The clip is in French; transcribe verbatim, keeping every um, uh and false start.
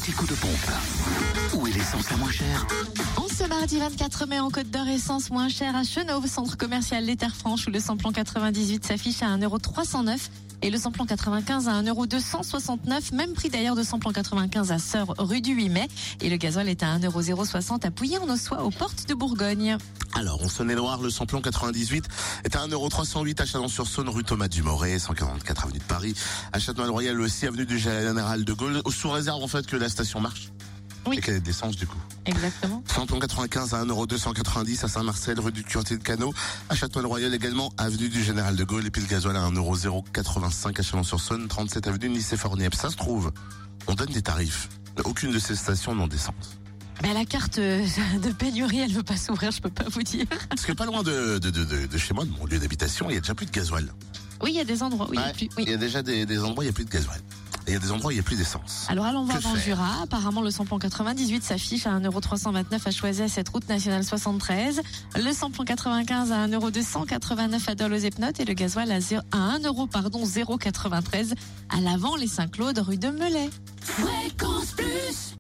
petit coup de pompe. Où est l'essence la moins chère? En ce mardi vingt-quatre mai, en Côte d'Or, essence moins chère à Chenauve, centre commercial Les Terres Franches, où le samplon quatre-vingt-dix-huit s'affiche à un euro trois cent neuf et le samplon quatre-vingt-quinze à un euro deux cent soixante-neuf. Même prix d'ailleurs de samplon quatre-vingt-quinze à Sœur, rue du huit mai. Et le gasoil est à un euro zéro soixante à Pouilly-en-Ossois, aux portes de Bourgogne. Alors, en Saône-et-Loire, le samplon quatre-vingt-dix-huit est à un euro trois cent huit à Chalon-sur-Saône, rue Thomas Dumoré, cent quarante-quatre avenue de Paris. À Châtenois-le-Royal aussi, avenue du Général de Gaulle, sous réserve en fait que la station marche. Oui. Et qu'elle ait d'essence du coup. Exactement. Samplon quatre-vingt-quinze à un euro deux cent quatre-vingt-dix à Saint-Marcel, rue du Curé de Cano. À Châtenois-le-Royal également, avenue du Général de Gaulle. Et puis le gasoil à un euro zéro quatre-vingt-cinq à Chalon-sur-Saône, trente-sept avenue Nicéphore-Niepce. Ça se trouve, on donne des tarifs. Aucune de ces stations n'ont d'essence. Ben, la carte de pénurie, elle veut pas s'ouvrir, je peux pas vous dire. Parce que pas loin de, de, de, de, de chez moi, de mon lieu d'habitation, il y a déjà plus de gasoil. Oui, il y a des endroits où il y a Ouais, plus. Oui. Il y a déjà des, des endroits où il n'y a plus de gasoil. Et il y a des endroits où il n'y a plus d'essence. Alors allons voir Que dans le faire Jura. Apparemment, le samplon quatre-vingt-dix-huit s'affiche à un euro trois cent vingt-neuf à Choiset, cette route nationale soixante-treize. Le samplon quatre-vingt-quinze à un euro deux cent quatre-vingt-neuf à Dole aux Epnotes et le gasoil à, zéro, à un euro pardon, zéro quatre-vingt-treize à l'avant les Saint-Claude, rue de Melay. Fréquence Plus.